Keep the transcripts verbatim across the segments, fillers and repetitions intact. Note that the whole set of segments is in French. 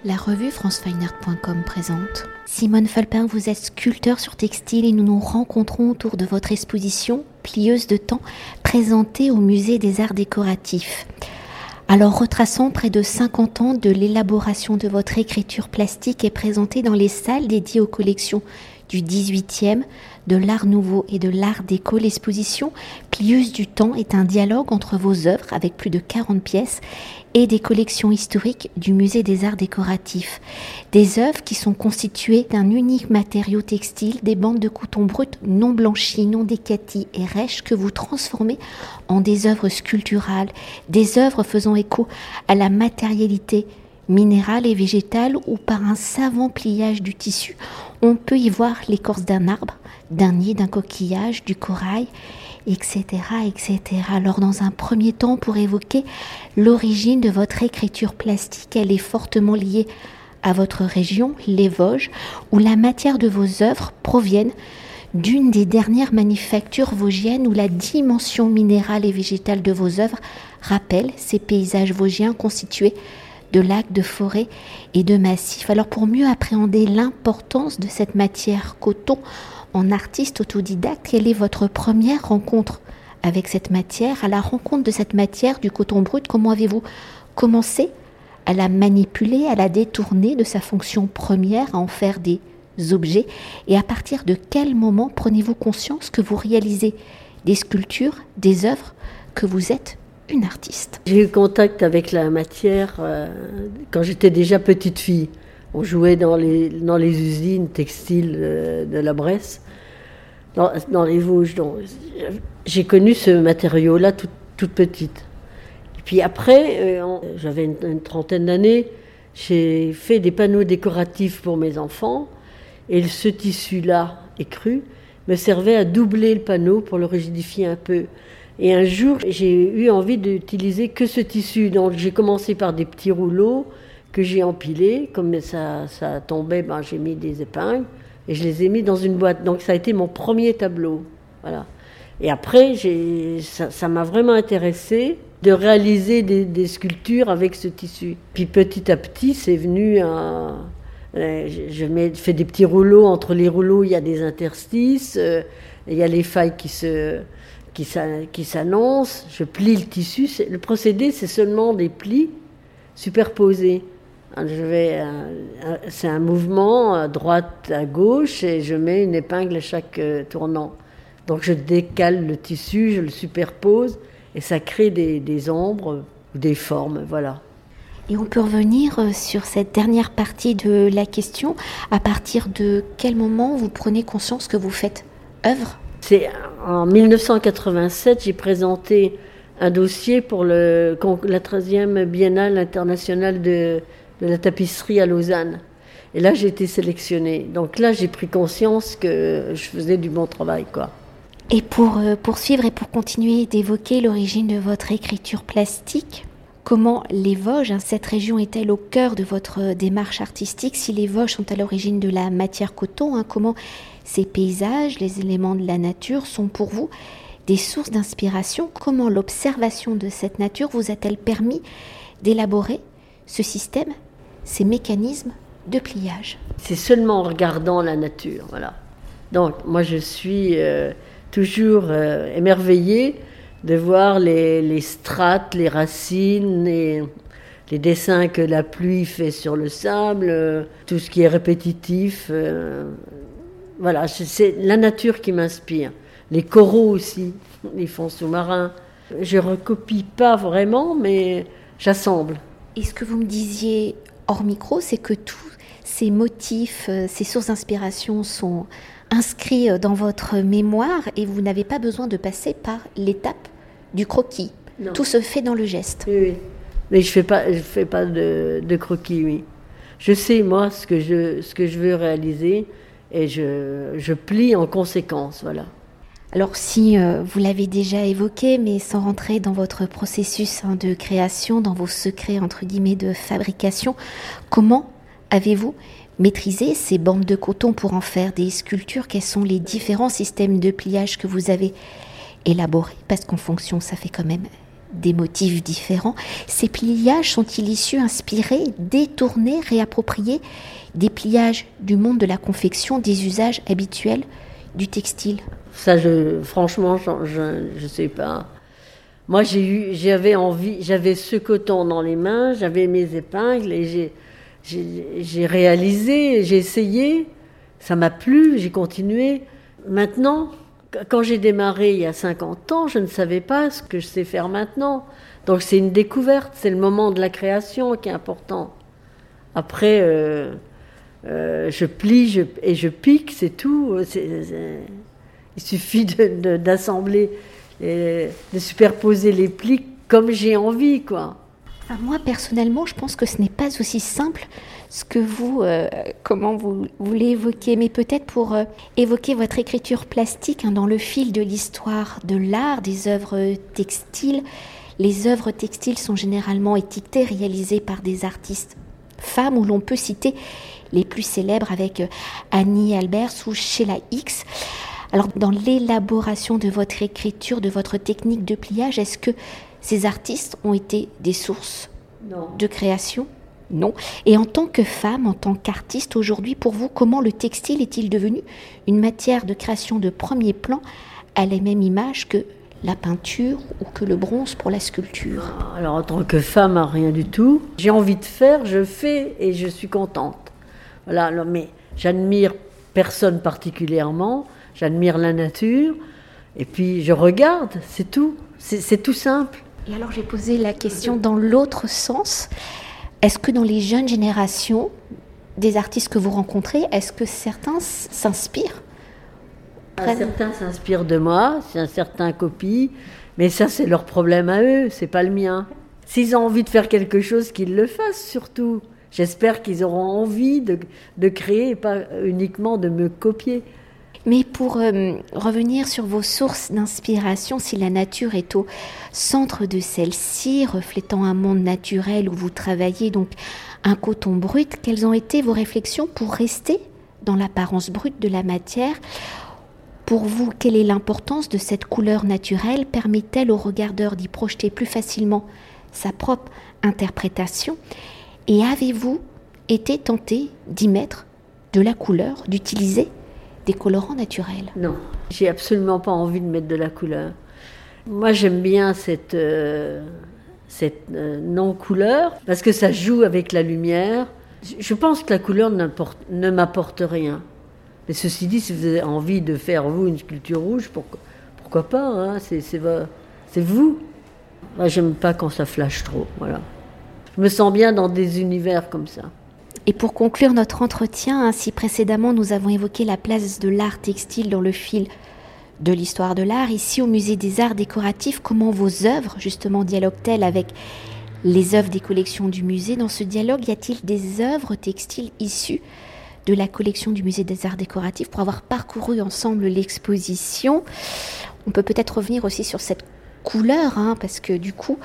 La revue france fine art point com présente. Simone Fulpin, vous êtes sculpteur sur textile et nous nous rencontrons autour de votre exposition Plieuse de temps, présentée au Musée des Arts Décoratifs. Alors, retraçant près de cinquante ans de l'élaboration de votre écriture plastique est présentée dans les salles dédiées aux collections du dix-huitième, de l'Art Nouveau et de l'Art Déco. L'exposition Plieuse du temps est un dialogue entre vos œuvres avec plus de quarante pièces et des collections historiques du Musée des Arts Décoratifs. Des œuvres qui sont constituées d'un unique matériau textile, des bandes de coton brut non blanchies, non décaties et rêches que vous transformez en des œuvres sculpturales, des œuvres faisant écho à la matérialité minérale et végétale où par un savant pliage du tissu, on peut y voir l'écorce d'un arbre, d'un nid, d'un coquillage, du corail, et cetera, et cetera. Alors, dans un premier temps, pour évoquer l'origine de votre écriture plastique, elle est fortement liée à votre région, les Vosges, où la matière de vos œuvres proviennent d'une des dernières manufactures vosgiennes où la dimension minérale et végétale de vos œuvres rappelle ces paysages vosgiens constitués de lacs, de forêts et de massifs. Alors, pour mieux appréhender l'importance de cette matière coton en artiste autodidacte, quelle est votre première rencontre avec cette matière? À la rencontre de cette matière, du coton brut, comment avez-vous commencé à la manipuler, à la détourner de sa fonction première, à en faire des objets? Et à partir de quel moment prenez-vous conscience que vous réalisez des sculptures, des œuvres, que vous êtes une artiste? J'ai eu contact avec la matière euh, quand j'étais déjà petite fille. On jouait dans les, dans les usines textiles euh, de la Bresse, dans, dans les Vosges. Donc, j'ai connu ce matériau-là toute, toute petite. Et puis après, euh, on, j'avais une, une trentaine d'années, j'ai fait des panneaux décoratifs pour mes enfants, et ce tissu-là, écru, me servait à doubler le panneau pour le rigidifier un peu. Et un jour, j'ai eu envie d'utiliser que ce tissu. Donc j'ai commencé par des petits rouleaux que j'ai empilés. Comme ça, ça tombait, ben, j'ai mis des épingles et je les ai mis dans une boîte. Donc ça a été mon premier tableau. Voilà. Et après, j'ai, ça, ça m'a vraiment intéressée de réaliser des, des sculptures avec ce tissu. Puis petit à petit, c'est venu à... Je mets, fais des petits rouleaux. Entre les rouleaux, il y a des interstices. Euh, il y a les failles qui se... qui, qui s'annonce, je plie le tissu. C'est, le procédé, c'est seulement des plis superposés. Je vais, euh, c'est un mouvement à droite, à gauche, et je mets une épingle à chaque euh, tournant. Donc je décale le tissu, je le superpose, et ça crée des, des ombres ou des formes, voilà. Et on peut revenir sur cette dernière partie de la question. À partir de quel moment vous prenez conscience que vous faites œuvre? C'est en dix-neuf cent quatre-vingt-sept, j'ai présenté un dossier pour le, la treizième Biennale internationale de, de la tapisserie à Lausanne. Et là, j'ai été sélectionnée. Donc là, j'ai pris conscience que je faisais du bon travail, quoi. Et pour euh, poursuivre et pour continuer d'évoquer l'origine de votre écriture plastique, comment les Vosges, hein, cette région est-elle au cœur de votre démarche artistique? Si les Vosges sont à l'origine de la matière coton, hein, comment ces paysages, les éléments de la nature sont pour vous des sources d'inspiration? Comment l'observation de cette nature vous a-t-elle permis d'élaborer ce système, ces mécanismes de pliage? C'est seulement en regardant la nature, voilà. Donc moi je suis euh, toujours euh, émerveillée de voir les, les strates, les racines, les, les dessins que la pluie fait sur le sable, euh, tout ce qui est répétitif. Euh, voilà, c'est la nature qui m'inspire. Les coraux aussi, les fonds sous-marins. Je ne recopie pas vraiment, mais j'assemble. Et ce que vous me disiez hors micro, c'est que tous ces motifs, ces sources d'inspiration sont inscrits dans votre mémoire et vous n'avez pas besoin de passer par l'étape du croquis. Non. Tout se fait dans le geste. Oui, oui. Mais je ne fais pas, je fais pas de, de croquis, oui. Je sais, moi, ce que je, ce que je veux réaliser et je, je plie en conséquence, voilà. Alors si euh, vous l'avez déjà évoqué, mais sans rentrer dans votre processus hein, de création, dans vos secrets entre guillemets de fabrication, comment avez-vous maîtrisé ces bandes de coton pour en faire des sculptures? Quels sont les différents systèmes de pliage que vous avez élaborés? Parce qu'en fonction, ça fait quand même des motifs différents. Ces pliages sont-ils issus, inspirés, détournés, réappropriés des pliages du monde de la confection, des usages habituels du textile? Ça, je, franchement, je ne sais pas. Moi, j'ai eu, j'avais envie, j'avais ce coton dans les mains, j'avais mes épingles et j'ai, j'ai, j'ai réalisé, j'ai essayé. Ça m'a plu, j'ai continué. Maintenant, quand j'ai démarré il y a cinquante ans, je ne savais pas ce que je sais faire maintenant. Donc c'est une découverte, c'est le moment de la création qui est important. Après, euh, euh, je plie je, et je pique, c'est tout. C'est, c'est, il suffit de, de, d'assembler, et de superposer les plis comme j'ai envie, quoi. Enfin, moi, personnellement, je pense que ce n'est pas aussi simple ce que vous, euh, comment vous, vous l'évoquez, mais peut-être pour euh, évoquer votre écriture plastique hein, dans le fil de l'histoire de l'art, des œuvres textiles. Les œuvres textiles sont généralement étiquetées, réalisées par des artistes femmes, où l'on peut citer les plus célèbres avec euh, Annie Albers ou Sheila Hicks. Alors, dans l'élaboration de votre écriture, de votre technique de pliage, est-ce que ces artistes ont été des sources Non. de création? Non. Et en tant que femme, en tant qu'artiste, aujourd'hui, pour vous, comment le textile est-il devenu une matière de création de premier plan à la même image que la peinture ou que le bronze pour la sculpture? Alors, en tant que femme, rien du tout. J'ai envie de faire, je fais et je suis contente. Voilà, alors, mais j'admire personne particulièrement, j'admire la nature et puis je regarde, c'est tout. C'est, c'est tout simple. Et alors, j'ai posé la question dans l'autre sens. Est-ce que dans les jeunes générations, des artistes que vous rencontrez, est-ce que certains s'inspirent? Ah, certains s'inspirent de moi, certains copient, mais ça, c'est leur problème à eux, c'est pas le mien. S'ils ont envie de faire quelque chose, qu'ils le fassent surtout. J'espère qu'ils auront envie de, de créer et pas uniquement de me copier. Mais pour euh, revenir sur vos sources d'inspiration, si la nature est au centre de celle-ci, reflétant un monde naturel où vous travaillez donc un coton brut, quelles ont été vos réflexions pour rester dans l'apparence brute de la matière? Pour vous, quelle est l'importance de cette couleur naturelle? Permet-elle au regardeur d'y projeter plus facilement sa propre interprétation? Et avez-vous été tenté d'y mettre de la couleur, d'utiliser des colorants naturels? Non, j'ai absolument pas envie de mettre de la couleur. Moi, j'aime bien cette, euh, cette euh, non-couleur parce que ça joue avec la lumière. Je pense que la couleur ne m'apporte rien. Mais ceci dit, si vous avez envie de faire, vous, une sculpture rouge, pourquoi, pourquoi pas, hein, c'est, c'est, c'est vous. Moi, j'aime pas quand ça flash trop, voilà. Je me sens bien dans des univers comme ça. Et pour conclure notre entretien, ainsi précédemment, nous avons évoqué la place de l'art textile dans le fil de l'histoire de l'art. Ici, au Musée des Arts Décoratifs, comment vos œuvres, justement, dialoguent-elles avec les œuvres des collections du musée? Dans ce dialogue, y a-t-il des œuvres textiles issues de la collection du Musée des Arts Décoratifs pour avoir parcouru ensemble l'exposition? On peut peut-être revenir aussi sur cette couleur, hein, parce que du coup,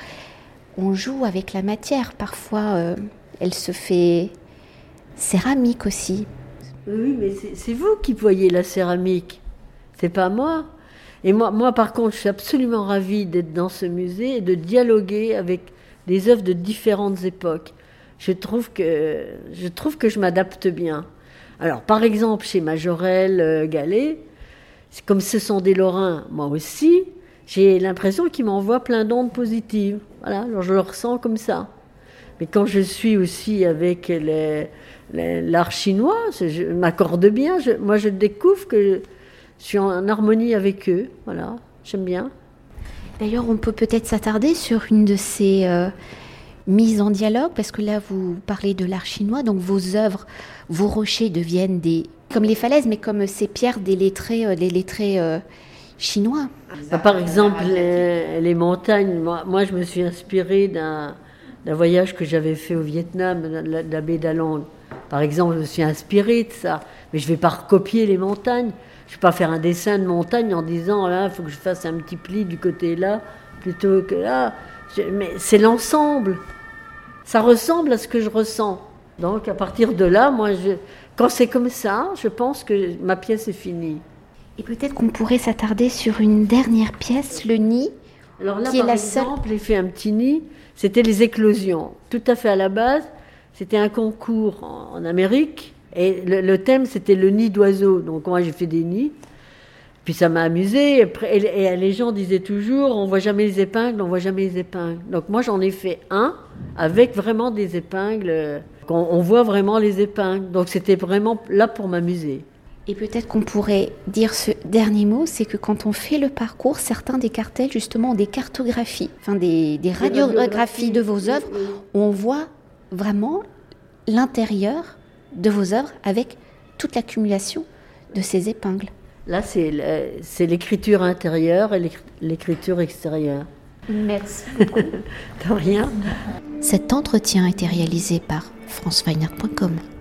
on joue avec la matière. Parfois, euh, elle se fait céramique aussi. Oui, mais c'est, c'est vous qui voyez la céramique, c'est pas moi. Et moi, moi, par contre, je suis absolument ravie d'être dans ce musée et de dialoguer avec des œuvres de différentes époques. Je trouve que je, trouve que je m'adapte bien. Alors, par exemple, chez Majorelle euh, Gallet, comme ce sont des Lorrains, moi aussi, j'ai l'impression qu'ils m'envoient plein d'ondes positives. Voilà, alors je le ressens comme ça. Mais quand je suis aussi avec les, les, l'art chinois, je m'accorde bien. Je, moi, je découvre que je suis en harmonie avec eux. Voilà, j'aime bien. D'ailleurs, on peut peut-être s'attarder sur une de ces euh, mises en dialogue, parce que là, vous parlez de l'art chinois, donc vos œuvres, vos rochers deviennent des, comme les falaises, mais comme ces pierres des lettrés, euh, des lettrés euh, chinois. Bah, par exemple, les, les montagnes, moi, moi, je me suis inspirée d'un... d'un voyage que j'avais fait au Vietnam, de la, de la baie d'Along. Par exemple, je me suis inspirée de ça. Mais je ne vais pas recopier les montagnes. Je ne vais pas faire un dessin de montagne en disant, là, il faut que je fasse un petit pli du côté là, plutôt que là. Je, mais c'est l'ensemble. Ça ressemble à ce que je ressens. Donc, à partir de là, moi, je, quand c'est comme ça, je pense que ma pièce est finie. Et peut-être qu'on pourrait s'attarder sur une dernière pièce, le nid, Alors là, qui est par la exemple, seule... j'ai fait un petit nid, c'était les éclosions. Tout à fait à la base, c'était un concours en, en Amérique, et le, le thème, c'était le nid d'oiseaux. Donc moi, j'ai fait des nids, puis ça m'a amusé. Et, et, et les gens disaient toujours, on voit jamais les épingles, on voit jamais les épingles. Donc moi, j'en ai fait un avec vraiment des épingles, on, on voit vraiment les épingles. Donc c'était vraiment là pour m'amuser. Et peut-être qu'on pourrait dire ce dernier mot, c'est que quand on fait le parcours, certains des cartels justement ont des cartographies, enfin des, des radiographies de vos œuvres, où on voit vraiment l'intérieur de vos œuvres avec toute l'accumulation de ces épingles. Là, c'est, c'est l'écriture intérieure et l'écriture extérieure. Merci beaucoup. De rien. Cet entretien a été réalisé par france fine art point com.